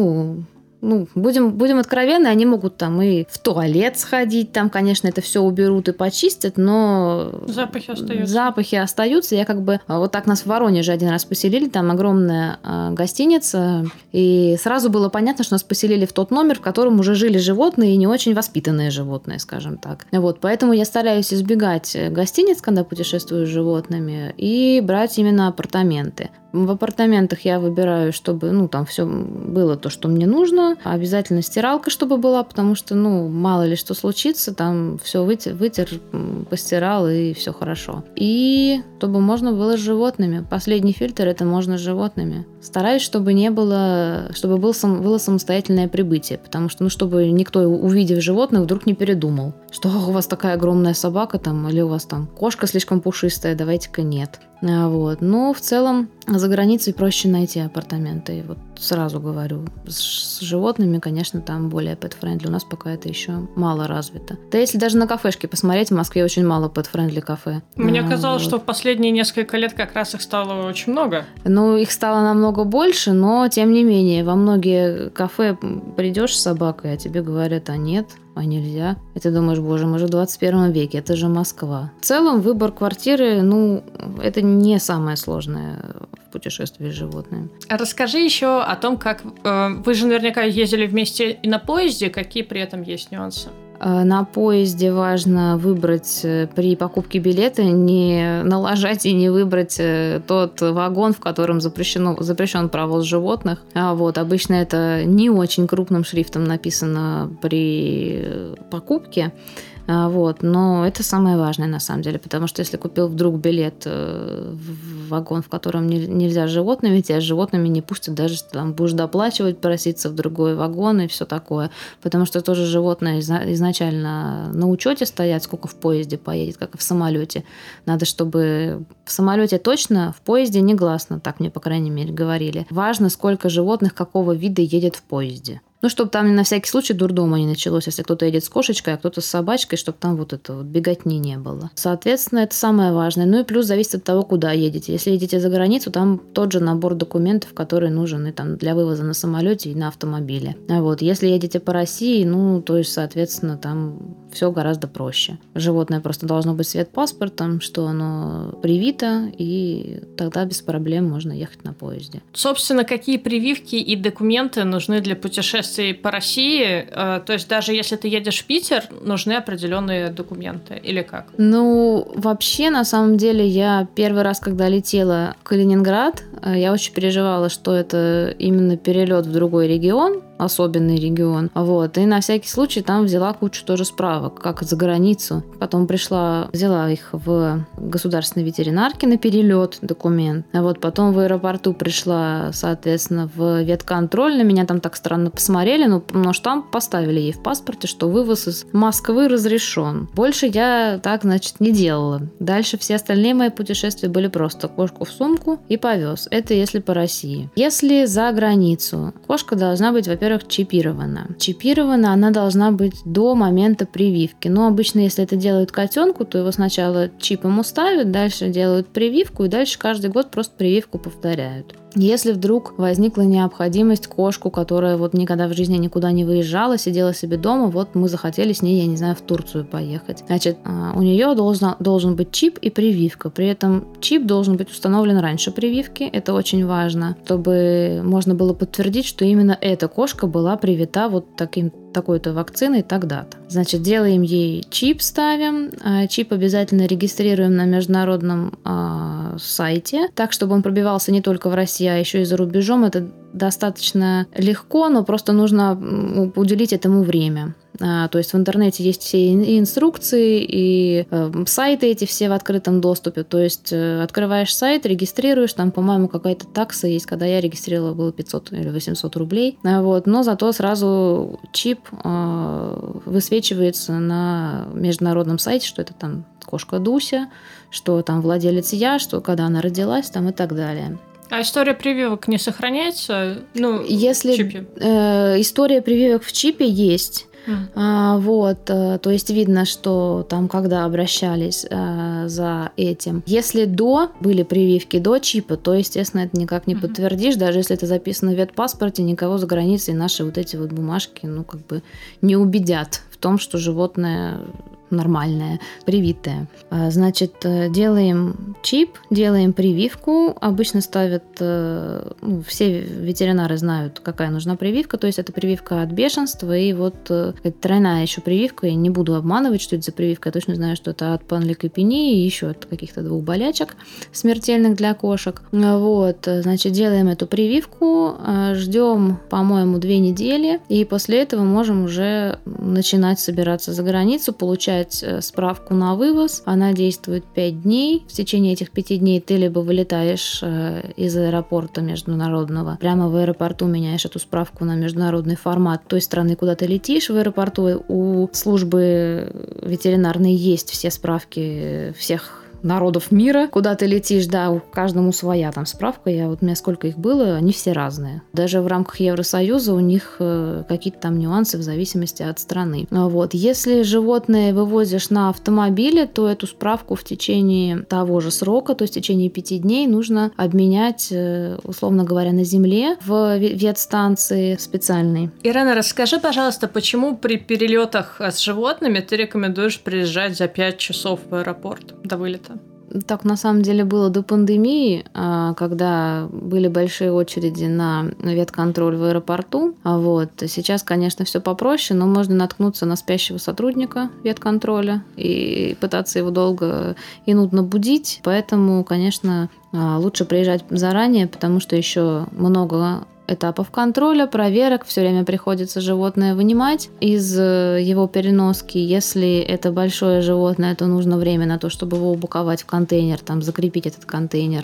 Speaker 2: будем откровенны, они могут там и в туалет сходить, там, конечно, это все уберут и почистят, но запахи остаются. Я вот так нас в Воронеже один раз поселили, там огромная гостиница, и сразу было понятно, что нас поселили в тот номер, в котором уже жили животные и не очень воспитанные животные, скажем так. Вот, поэтому я стараюсь избегать гостиниц, когда путешествую с животными, и брать именно апартаменты. В апартаментах я выбираю, чтобы, там все было то, что мне нужно. Обязательно стиралка, чтобы была, потому что, мало ли что случится, там все вытер, постирал, и все хорошо. И чтобы можно было с животными. Последний фильтр – это можно с животными. Стараюсь, чтобы не было, чтобы было самостоятельное прибытие, потому что, чтобы никто, увидев животных, вдруг не передумал, что у вас такая огромная собака там, или у вас там кошка слишком пушистая, давайте-ка нет. Вот. Но в целом за границей проще найти апартаменты. Вот сразу говорю, с животными, конечно, там более pet-friendly. У нас пока это еще мало развито. Да если даже на кафешке посмотреть, в Москве очень мало pet-friendly кафе.
Speaker 1: Мне казалось, что в последние несколько лет как раз их стало очень много.
Speaker 2: Их стало намного больше, но тем не менее, во многие кафе придешь с собакой, а тебе говорят, а нет, а нельзя. И ты думаешь, боже, мы же в 21 веке, это же Москва. В целом выбор квартиры, это не самое сложное в путешествии с животными.
Speaker 1: Расскажи еще о том, как вы же наверняка ездили вместе и на поезде, какие при этом есть нюансы?
Speaker 2: На поезде важно выбрать при покупке билета, не налажать и не выбрать тот вагон, в котором запрещен провоз животных. Обычно это не очень крупным шрифтом написано при покупке. Но это самое важное на самом деле, потому что если купил вдруг билет в вагон, в котором нельзя с животными, тебя с животными не пустят, даже если там будешь доплачивать, проситься в другой вагон и все такое, потому что тоже животное изначально на учете стоят, сколько в поезде поедет, как и в самолете. Надо, чтобы в самолете точно, в поезде негласно, так мне, по крайней мере, говорили. Важно, сколько животных какого вида едет в поезде. Чтобы там на всякий случай дурдома не началось, если кто-то едет с кошечкой, а кто-то с собачкой, чтобы там беготни не было. Соответственно, это самое важное. И плюс зависит от того, куда едете. Если едете за границу, там тот же набор документов, который нужен и там для вывоза на самолете и на автомобиле. Если едете по России, то есть, соответственно, там все гораздо проще. Животное просто должно быть с ветпаспортом, что оно привито, и тогда без проблем можно ехать на поезде.
Speaker 1: Собственно, какие прививки и документы нужны для путешествий по России? То есть даже если ты едешь в Питер, нужны определенные документы или как?
Speaker 2: Вообще, на самом деле, я первый раз, когда летела в Калининград, я очень переживала, что это именно перелет в другой регион, особенный регион. И на всякий случай там взяла кучу тоже справок, как за границу. Потом взяла их в государственной ветеринарке на перелет документ. Потом в аэропорту пришла, соответственно, в ветконтроль. На меня там так странно посмотрели, но штамп поставили ей в паспорте, что вывоз из Москвы разрешен. Больше я так, не делала. Дальше все остальные мои путешествия были просто кошку в сумку и повез. Это если по России. Если за границу, кошка должна быть, во-первых, чипирована. Чипирована она должна быть до момента прививки. Обычно, если это делают котенку, то его сначала чип ему ставят, дальше делают прививку, и дальше каждый год просто прививку повторяют. Если вдруг возникла необходимость кошку, которая никогда в жизни никуда не выезжала, сидела себе дома, мы захотели с ней, в Турцию поехать. У нее должен быть чип и прививка. При этом чип должен быть установлен раньше прививки. Это очень важно, чтобы можно было подтвердить, что именно эта кошка была привита такой-то вакциной тогда-то. Делаем ей чип, ставим. Чип обязательно регистрируем на международном сайте, так, чтобы он пробивался не только в России, а еще и за рубежом. Это достаточно легко, но просто нужно уделить этому время. То есть в интернете есть все и инструкции, и сайты эти все в открытом доступе. То есть открываешь сайт, регистрируешь, там, по-моему, какая-то такса есть. Когда я регистрировала, было 500 или 800 рублей. Но зато сразу чип высвечивается на международном сайте, что это там кошка Дуся, что там владелец я, что когда она родилась, там и так далее.
Speaker 1: А история прививок не сохраняется?
Speaker 2: Если
Speaker 1: в чипе?
Speaker 2: История прививок в чипе есть. То есть видно, что там, когда обращались за этим. Если были прививки до чипа, то, естественно, это никак не подтвердишь. Даже если это записано в ветпаспорте, никого за границей наши эти бумажки, не убедят в том, что животное нормальное, привитое. Значит, делаем чип, делаем прививку. Обычно ставят, все ветеринары знают, какая нужна прививка, то есть это прививка от бешенства, и вот тройная еще прививка, я не буду обманывать, что это за прививка, я точно знаю, что это от панлейкопении и еще от каких-то 2 болячек смертельных для кошек. Вот, значит, делаем эту прививку, ждем, по-моему, 2 недели, и после этого можем уже начинать собираться за границу, получать справку на вывоз. Она действует 5 дней. В течение этих 5 дней ты либо вылетаешь из аэропорта международного, прямо в аэропорту меняешь эту справку на международный формат той страны, куда ты летишь. В аэропорту у службы ветеринарной есть все справки всех народов мира, куда ты летишь, да, у каждому своя там справка. У меня сколько их было, они все разные. Даже в рамках Евросоюза у них какие-то там нюансы в зависимости от страны. Вот. Если животное вывозишь на автомобиле, то эту справку в течение того же срока, то есть в течение 5 дней, нужно обменять, условно говоря, на земле в ветстанции специальной.
Speaker 1: Ирена, расскажи, пожалуйста, почему при перелетах с животными ты рекомендуешь приезжать за 5 часов в аэропорт до вылета?
Speaker 2: Так на самом деле было до пандемии, когда были большие очереди на ветконтроль в аэропорту. Вот. Сейчас, конечно, все попроще, но можно наткнуться на спящего сотрудника ветконтроля и пытаться его долго и нудно будить. Поэтому, конечно, лучше приезжать заранее, потому что еще много этапов контроля, проверок, все время приходится животное вынимать из его переноски. Если это большое животное, то нужно время на то, чтобы его упаковать в контейнер, там, закрепить этот контейнер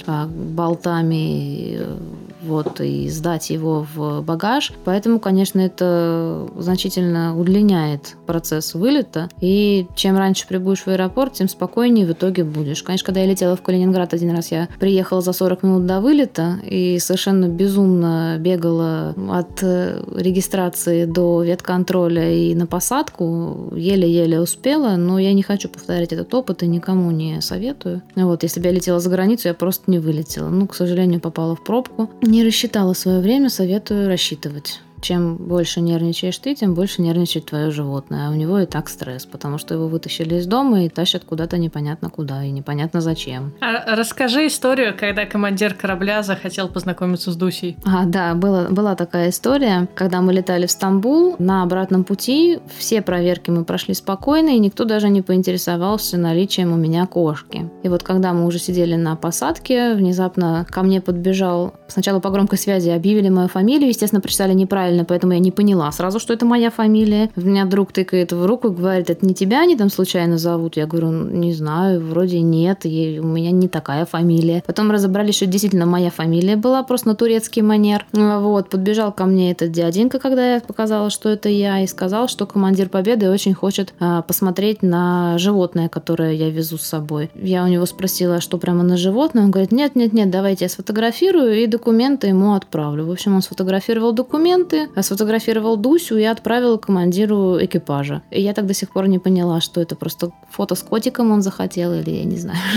Speaker 2: болтами, вот, и сдать его в багаж. Поэтому, конечно, это значительно удлиняет процесс вылета. И чем раньше прибудешь в аэропорт, тем спокойнее в итоге будешь. Конечно, когда я летела в Калининград один раз, я приехала за 40 минут до вылета и совершенно безумно бегала от регистрации до ветконтроля и на посадку. Еле-еле успела, но я не хочу повторять этот опыт и никому не советую. Вот, если бы я летела за границу, я просто не вылетела. Ну, к сожалению, попала в пробку. Не рассчитала свое время, советую рассчитывать. Чем больше нервничаешь ты, тем больше нервничает твое животное. А у него и так стресс, потому что его вытащили из дома и тащат куда-то непонятно куда и непонятно зачем.
Speaker 1: А расскажи историю, когда командир корабля захотел познакомиться с Дусей.
Speaker 2: Да, была такая история. Когда мы летали в Стамбул, на обратном пути все проверки мы прошли спокойно, и никто даже не поинтересовался наличием у меня кошки. И вот когда мы уже сидели на посадке, внезапно ко мне подбежал, сначала по громкой связи объявили мою фамилию, естественно, прочитали неправильно, поэтому я не поняла сразу, что это моя фамилия. У меня друг тыкает в руку и говорит: это не тебя они там случайно зовут? Я говорю: не знаю, вроде нет, у меня не такая фамилия. Потом разобрались, что действительно моя фамилия была, просто на турецкий манер. Вот, подбежал ко мне этот дяденька, когда я показала, что это я, и сказал, что командир Победы очень хочет посмотреть на животное, которое я везу с собой. Я у него спросила, что прямо на животное? Он говорит: нет, давайте я сфотографирую и документы ему отправлю. В общем, он сфотографировал документы, сфотографировал Дусю и отправил командиру экипажа. И я так до сих пор не поняла, что это просто фото с котиком он захотел, или я не знаю.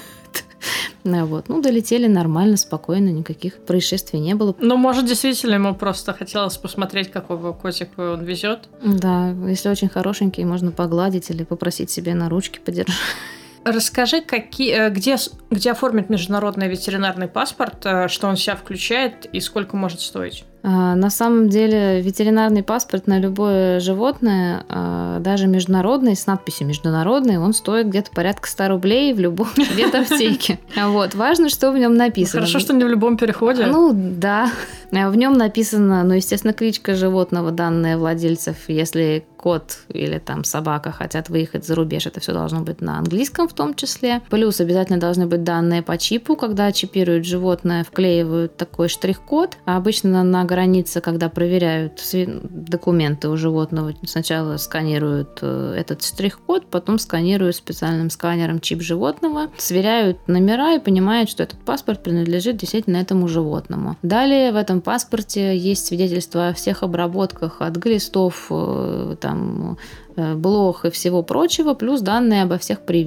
Speaker 2: Вот. Долетели нормально, спокойно, никаких происшествий не было.
Speaker 1: Может, действительно, ему просто хотелось посмотреть, какого котика он везет.
Speaker 2: Да, если очень хорошенький, можно погладить или попросить себе на ручки подержать.
Speaker 1: Расскажи, где оформить международный ветеринарный паспорт, что он в себя включает и сколько может стоить?
Speaker 2: На самом деле ветеринарный паспорт на любое животное, даже международный, с надписью «международный», он стоит где-то порядка 100 рублей в любом ветаптеке. Вот. Важно, что в нем написано.
Speaker 1: Хорошо, что не в любом переходе.
Speaker 2: Да. В нем написано, естественно, кличка животного, данные владельцев. Если кот или там собака хотят выехать за рубеж, это все должно быть на английском в том числе. Плюс обязательно должны быть данные по чипу. Когда чипируют животное, вклеивают такой штрих-код. А обычно на границе, когда проверяют документы у животного, сначала сканируют этот штрих-код, потом сканируют специальным сканером чип животного, сверяют номера и понимают, что этот паспорт принадлежит действительно этому животному. Далее в этом паспорте есть свидетельство о всех обработках от глистов, блох и всего прочего, плюс данные обо всех прививках.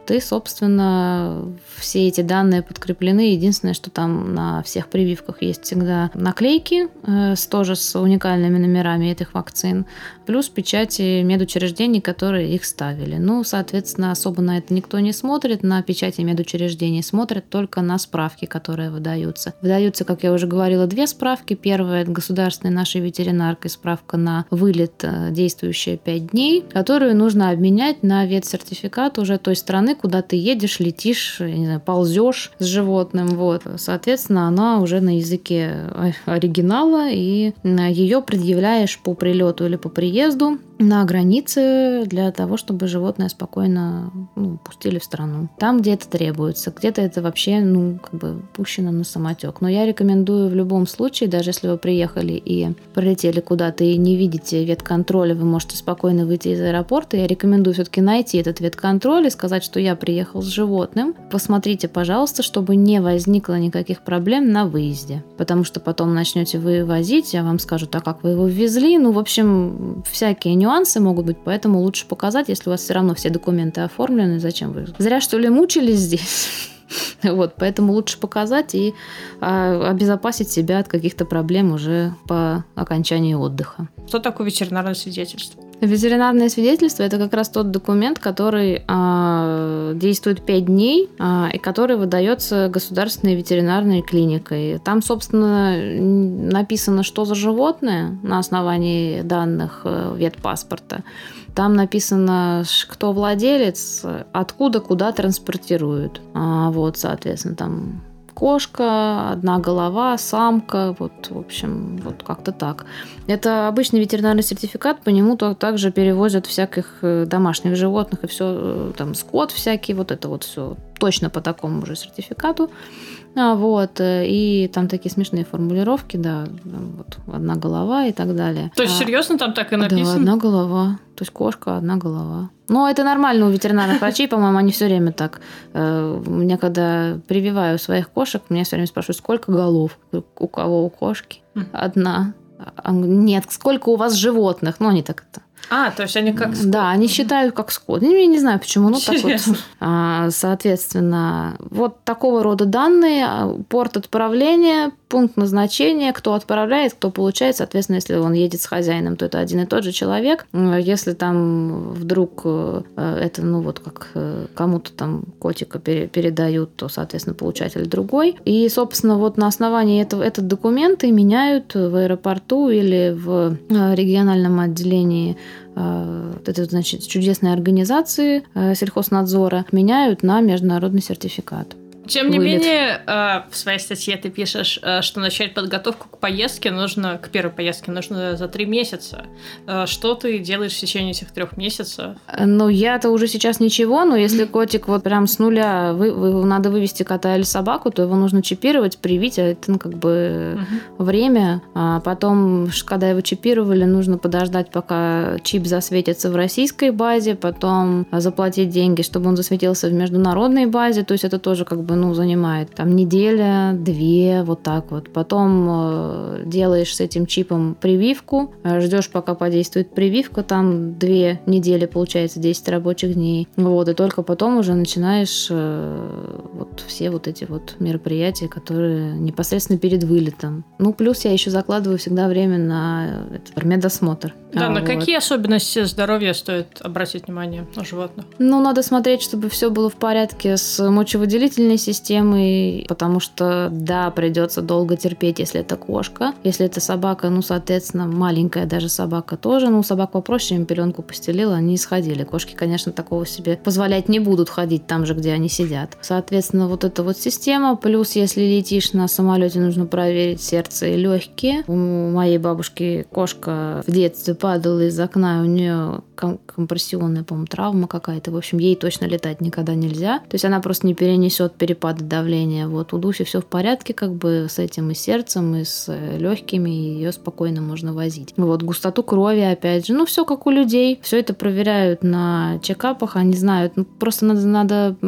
Speaker 2: ты, собственно, все эти данные подкреплены. Единственное, что там на всех прививках есть всегда наклейки, тоже с уникальными номерами этих вакцин, плюс печати медучреждений, которые их ставили. Ну, соответственно, особо на это никто не смотрит, на печати медучреждений смотрят только на справки, которые выдаются. Выдаются, как я уже говорила, 2 справки. Первая – это государственной нашей ветеринаркой справка на вылет, действующая 5 дней, которую нужно обменять на ветсертификат уже той страны, куда ты едешь, летишь, я не знаю, ползешь с животным. Вот. Соответственно, она уже на языке оригинала, и ее предъявляешь по прилету или по приезду на границе для того, чтобы животное спокойно пустили в страну. Там, где это требуется, где-то это вообще, пущено на самотек. Но я рекомендую в любом случае, даже если вы приехали и прилетели куда-то и не видите ветконтроля, вы можете спокойно выйти из аэропорта. Я рекомендую все-таки найти этот ветконтроль и сказать, что я приехал с животным. Посмотрите, пожалуйста, чтобы не возникло никаких проблем на выезде. Потому что потом начнете вы возить, а вам скажут, а как вы его ввезли? В общем, всякие нюансы могут быть, поэтому лучше показать, если у вас все равно все документы оформлены, зачем вы? Зря, что ли, мучились здесь? Вот, поэтому лучше показать и обезопасить себя от каких-то проблем уже по окончании отдыха.
Speaker 1: Что такое ветеринарное свидетельство?
Speaker 2: Ветеринарное свидетельство – это как раз тот документ, который действует 5 дней и который выдается государственной ветеринарной клиникой. Там, собственно, написано, что за животное на основании данных ветпаспорта. Там написано, кто владелец, откуда, куда транспортируют. Вот, соответственно, там кошка, 1 голова, самка, вот, в общем, вот как-то так. Это обычный ветеринарный сертификат, по нему также перевозят всяких домашних животных и все, там, скот всякий, вот это вот все точно по такому же сертификату. Вот, и там такие смешные формулировки, да, вот 1 голова и так далее.
Speaker 1: То есть, серьезно, там так и написано?
Speaker 2: Да, 1 голова. То есть кошка, 1 голова. Но это нормально у ветеринарных врачей, по-моему, они все время так. Меня когда прививаю своих кошек, меня все время спрашивают, сколько голов у кого у кошки? 1. Нет, сколько у вас животных? Ну, они так это.
Speaker 1: То есть они как скот.
Speaker 2: Да, они считают как скот. Я не знаю, почему, но так вот. Соответственно, вот такого рода данные, порт отправления, пункт назначения, кто отправляет, кто получает. Соответственно, если он едет с хозяином, то это один и тот же человек. Если там вдруг это, как кому-то там котика передают, то, соответственно, получатель другой. И, собственно, вот на основании этот документ и меняют в аэропорту или в региональном отделении это, значит, чудесной организации сельхознадзора меняют на международный сертификат.
Speaker 1: Тем не менее, в своей статье ты пишешь, что начать подготовку к поездке нужно, к первой поездке нужно за 3 месяца. Что ты делаешь в течение этих 3 месяцев?
Speaker 2: Я-то уже сейчас ничего, но если котик вот прям с нуля, надо вывести кота или собаку, то его нужно чипировать, привить, а это время. А потом, когда его чипировали, нужно подождать, пока чип засветится в российской базе, потом заплатить деньги, чтобы он засветился в международной базе, то есть это тоже занимает там 1-2, вот так вот. Потом делаешь с этим чипом прививку, ждешь, пока подействует прививка, там 2 недели, получается, 10 рабочих дней. Вот, и только потом уже начинаешь все вот эти вот мероприятия, которые непосредственно перед вылетом. Плюс я еще закладываю всегда время на медосмотр.
Speaker 1: Да, на какие особенности здоровья стоит обратить внимание у животных?
Speaker 2: Надо смотреть, чтобы все было в порядке с мочевыделительной системой, потому что, да, придется долго терпеть, если это кошка. Если это собака, соответственно, маленькая даже собака тоже. Собак попроще, им пеленку постелила, они сходили. Кошки, конечно, такого себе позволять не будут ходить там же, где они сидят. Соответственно, вот эта вот система. Плюс, если летишь на самолете, нужно проверить сердце и легкие. У моей бабушки кошка в детстве падала из окна, у нее компрессионная, по-моему, травма какая-то. В общем, ей точно летать никогда нельзя. То есть она просто не перенесет перепады давления. Вот у Дуси все в порядке с этим и сердцем, и с легкими, и ее спокойно можно возить. Густоту крови, опять же, все как у людей. Все это проверяют на чекапах, они знают. Просто надо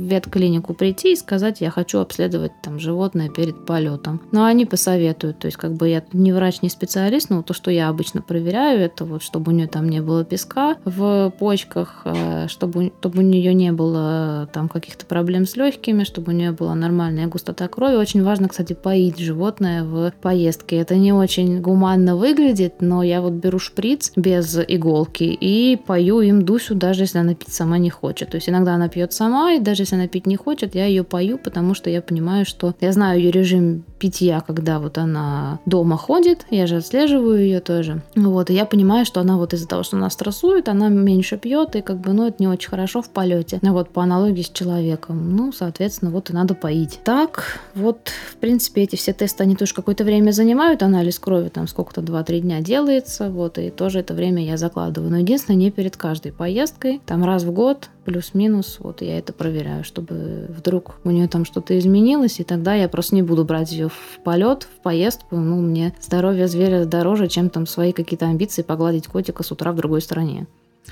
Speaker 2: ветклинику прийти и сказать, я хочу обследовать там животное перед полетом. Но они посоветуют, то есть как бы я не врач, не специалист, но то, что я обычно проверяю, это вот, чтобы у нее там не было песка в почках, чтобы у нее не было там каких-то проблем с легкими, чтобы у нее была нормальная густота крови. Очень важно, кстати, поить животное в поездке. Это не очень гуманно выглядит, но я вот беру шприц без иголки и пою им Дусю, даже если она пить сама не хочет. То есть иногда она пьет сама, и даже если она пить не хочет, я ее пою, потому что я понимаю, что я знаю ее режим питья, когда вот она дома ходит, я же отслеживаю ее тоже. Вот, и я понимаю, что она вот из-за того, что она стрессует, она меньше пьет, и как бы, ну, это не очень хорошо в полете. Вот, по аналогии с человеком. Ну, соответственно, вот и надо поить. Так, вот, в принципе, эти все тесты, они тоже какое-то время занимают, анализ крови там сколько-то 2-3 дня делается, вот, и тоже это время я закладываю. Но единственное, не перед каждой поездкой, там раз в год, плюс-минус, вот я это проверяю, чтобы вдруг у нее там что-то изменилось, и тогда я просто не буду брать ее в полет, в поездку. Ну, мне здоровье зверя дороже, чем там свои какие-то амбиции погладить котика с утра в другой стране.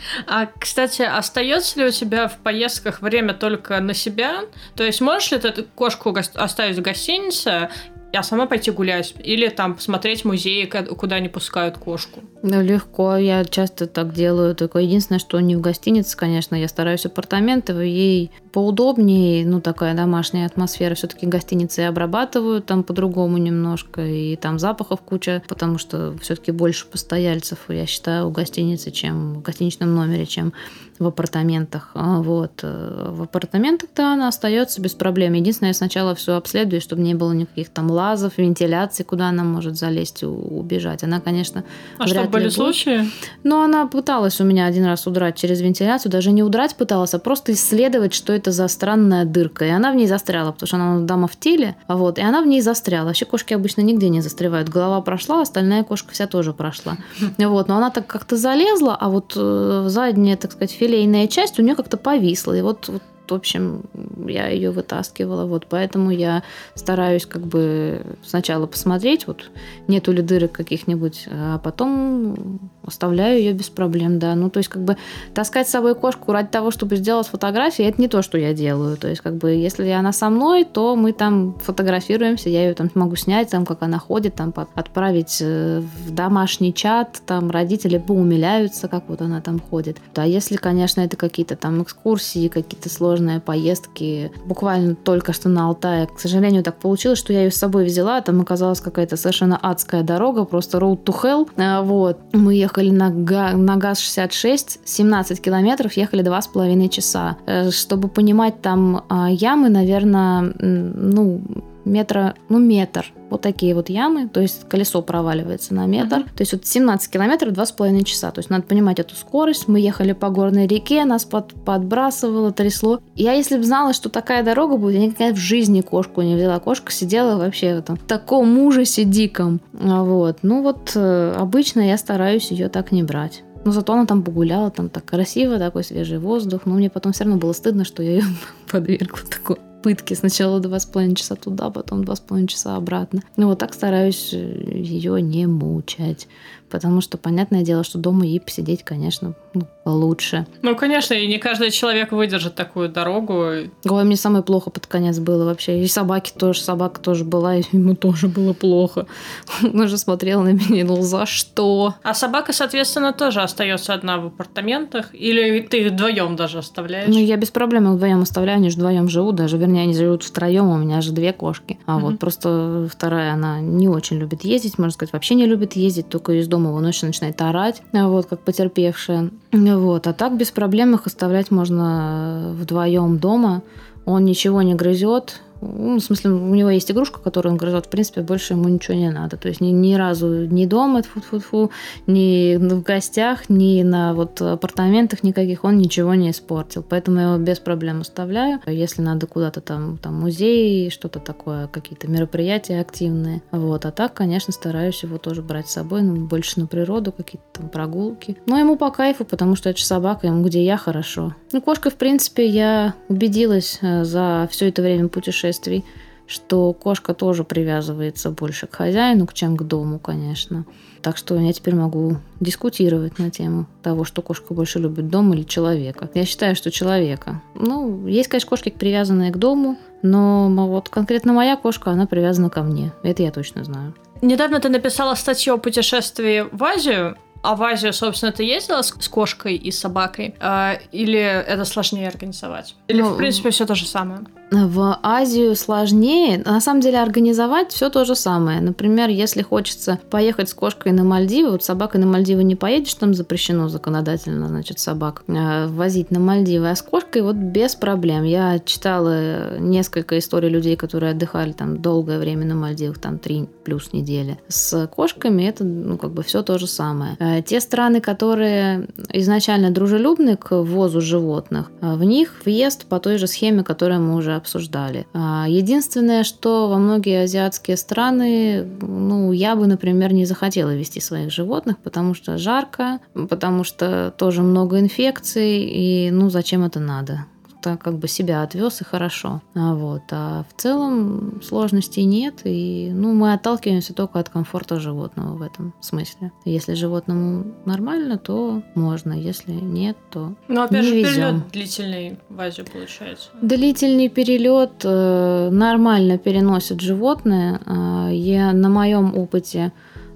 Speaker 1: А, кстати, остается ли у тебя в поездках время только на себя? То есть можешь ли ты кошку оставить в гостинице, а сама пойти гулять? Или там посмотреть музеи, куда не пускают кошку?
Speaker 2: Да, легко, я часто так делаю. Только единственное, что не в гостинице, конечно, я стараюсь апартаменты, ей поудобнее, ну, такая домашняя атмосфера. Все-таки гостиницы обрабатывают там по-другому немножко, и там запахов куча, потому что все-таки больше постояльцев, я считаю, у гостиницы, чем в гостиничном номере, чем в апартаментах. Вот. В апартаментах, да, она остается без проблем. Единственное, я сначала все обследую, чтобы не было никаких там лазов, вентиляций, куда она может залезть, убежать. Она, конечно,
Speaker 1: что, были случаи?
Speaker 2: Но она пыталась у меня один раз удрать через вентиляцию. Даже не удрать пыталась, а просто исследовать, что это за странная дырка. И она в ней застряла, потому что она дама в теле. Вот, и она в ней застряла. Вообще кошки обычно нигде не застревают. Голова прошла, остальная кошка вся тоже прошла. Вот, но она так как-то залезла, а вот задняя, так сказать, филейная часть у нее как-то повисла. И вот в общем, я ее вытаскивала, вот, поэтому я стараюсь как бы сначала посмотреть, вот, нету ли дырок каких-нибудь, а потом оставляю ее без проблем, да, ну, то есть, как бы, таскать с собой кошку ради того, чтобы сделать фотографии, это не то, что я делаю, то есть, как бы, если она со мной, то мы там фотографируемся, я ее там могу снять, там, как она ходит, там, отправить в домашний чат, там, родители поумиляются, как вот она там ходит, а если, конечно, это какие-то там экскурсии, какие-то сложные поездки. Буквально только что на Алтае. К сожалению, так получилось, что я ее с собой взяла. Там оказалась какая-то совершенно адская дорога, просто road to hell. Вот. Мы ехали на ГАЗ-66, 17 километров, ехали 2,5 часа. Чтобы понимать, там ямы, наверное, метр. Вот такие вот ямы, то есть колесо проваливается на метр. То есть вот 17 километров, 2,5 часа. То есть надо понимать эту скорость. Мы ехали по горной реке, нас подбрасывало, трясло. Я, если бы знала, что такая дорога будет, я никогда в жизни кошку не взяла. Кошка сидела вообще в таком ужасе диком. Вот. Ну вот обычно я стараюсь ее так не брать. Но зато она там погуляла, там так красиво, такой свежий воздух. Но мне потом все равно было стыдно, что я ее подвергла такой пытки. Сначала 2,5 часа туда, потом 2,5 часа обратно. Ну, вот так стараюсь ее не мучать. Потому что, понятное дело, что дома ей посидеть, конечно, лучше.
Speaker 1: Ну, конечно, и не каждый человек выдержит такую дорогу.
Speaker 2: Ой, мне самое плохо под конец было вообще. И собака тоже была, и ему тоже было плохо. Он же смотрел на меня, за что?
Speaker 1: А собака, соответственно, тоже остается одна в апартаментах? Или ты их вдвоем даже оставляешь?
Speaker 2: Ну, я без проблем их вдвоем оставляю, они же вдвоем живут, даже, вернее, они живут втроем, у меня же 2 кошки. А вот просто вторая, она не очень любит ездить, можно сказать, вообще не любит ездить, только из дома его ночью начинает орать, вот, как потерпевшая. Вот. А так без проблем их оставлять можно вдвоем дома. Он ничего не грызет. В смысле, у него есть игрушка, которую он грызет. В принципе, больше ему ничего не надо. То есть ни разу ни дома, тьфу-тьфу-тьфу, ни в гостях, ни на вот апартаментах никаких он ничего не испортил. Поэтому я его без проблем оставляю. Если надо куда-то там музей, что-то такое, какие-то мероприятия активные. Вот. А так, конечно, стараюсь его тоже брать с собой, больше на природу, какие-то там прогулки. Но ему по кайфу, потому что это же собака, ему где я хорошо. Ну, кошка, в принципе, я убедилась за все это время путешествий, что кошка тоже привязывается больше к хозяину, чем к дому, конечно. Так что я теперь могу дискутировать на тему того, что кошка больше любит дом или человека. Я считаю, что человека. Есть, конечно, кошки, привязанные к дому, но вот конкретно моя кошка, она привязана ко мне. Это я точно знаю.
Speaker 1: Недавно ты написала статью о путешествии в Азию. А в Азию, собственно, ты ездила с кошкой и собакой? Или это сложнее организовать? Или, в принципе, все то же самое?
Speaker 2: В Азию сложнее. На самом деле организовать все то же самое. Например, если хочется поехать с кошкой на Мальдивы, вот с собакой на Мальдивы не поедешь, там запрещено законодательно, значит, собак возить на Мальдивы, а с кошкой вот без проблем. Я читала несколько историй людей, которые отдыхали там долгое время на Мальдивах, там 3 плюс недели. С кошками это, все то же самое. Те страны, которые изначально дружелюбны к ввозу животных, в них въезд по той же схеме, которую мы уже обсуждали. Единственное, что во многие азиатские страны, я бы, например, не захотела везти своих животных, потому что жарко, потому что тоже много инфекций, и зачем это надо? Так как бы себя отвез, и хорошо. А в целом сложностей нет, и мы отталкиваемся только от комфорта животного в этом смысле. Если животному нормально, то можно, если нет, то
Speaker 1: опять
Speaker 2: не
Speaker 1: же,
Speaker 2: везем.
Speaker 1: перелет длительный в Азию получается.
Speaker 2: Длительный перелет нормально переносят животные. На моем опыте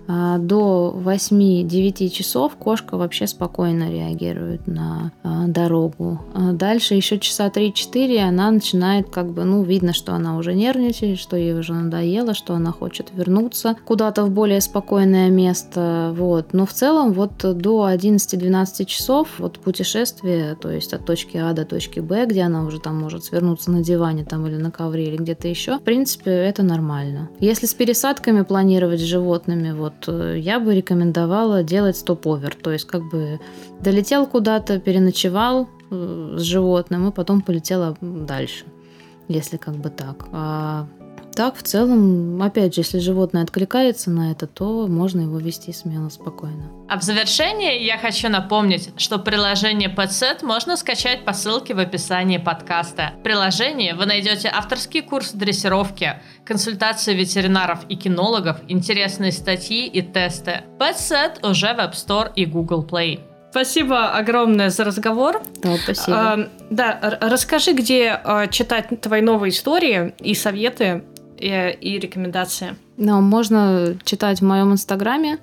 Speaker 2: до 8-9 часов кошка вообще спокойно реагирует на дорогу. Дальше еще часа 3-4 она начинает видно, что она уже нервничает, что ей уже надоело, что она хочет вернуться куда-то в более спокойное место. Но в целом до 11-12 часов путешествие, то есть от точки А до точки Б, где она уже там может свернуться на диване там, или на ковре или где-то еще, в принципе, это нормально. Если с пересадками планировать с животными, я бы рекомендовала делать стоп-овер. То есть долетел куда-то, переночевал с животным и потом полетела дальше. Если так. А так, в целом, опять же, если животное откликается на это, то можно его вести смело, спокойно.
Speaker 1: А в завершение я хочу напомнить, что приложение PetSet можно скачать по ссылке в описании подкаста. В приложении вы найдете авторский курс дрессировки, консультации ветеринаров и кинологов, интересные статьи и тесты. PetSet уже в App Store и Google Play. Спасибо огромное за разговор.
Speaker 2: Да, спасибо.
Speaker 1: Расскажи, где читать твои новые истории и советы, и рекомендации.
Speaker 2: Можно читать в моем инстаграме.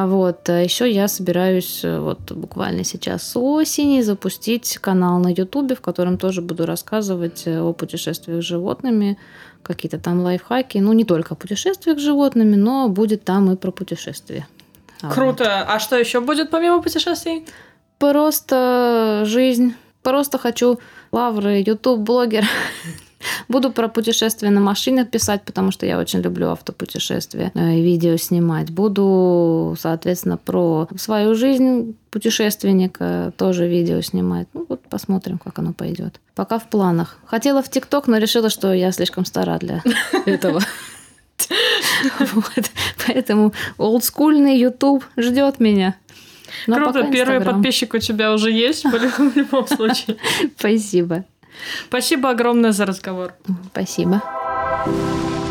Speaker 2: Еще я собираюсь буквально сейчас с осени запустить канал на ютубе, в котором тоже буду рассказывать о путешествиях с животными, какие-то там лайфхаки. Не только о путешествиях с животными, но будет там и про путешествия.
Speaker 1: Круто. А что еще будет помимо путешествий?
Speaker 2: Просто жизнь. Просто хочу лавры, ютуб-блогер. Буду про путешествия на машинах писать, потому что я очень люблю автопутешествия и видео снимать. Буду, соответственно, про свою жизнь путешественника тоже видео снимать. Посмотрим, как оно пойдет. Пока в планах. Хотела в ТикТок, но решила, что я слишком стара для этого. Поэтому олдскульный YouTube ждет меня.
Speaker 1: Круто, первый подписчик у тебя уже есть в любом случае.
Speaker 2: Спасибо.
Speaker 1: Спасибо огромное за разговор.
Speaker 2: Спасибо.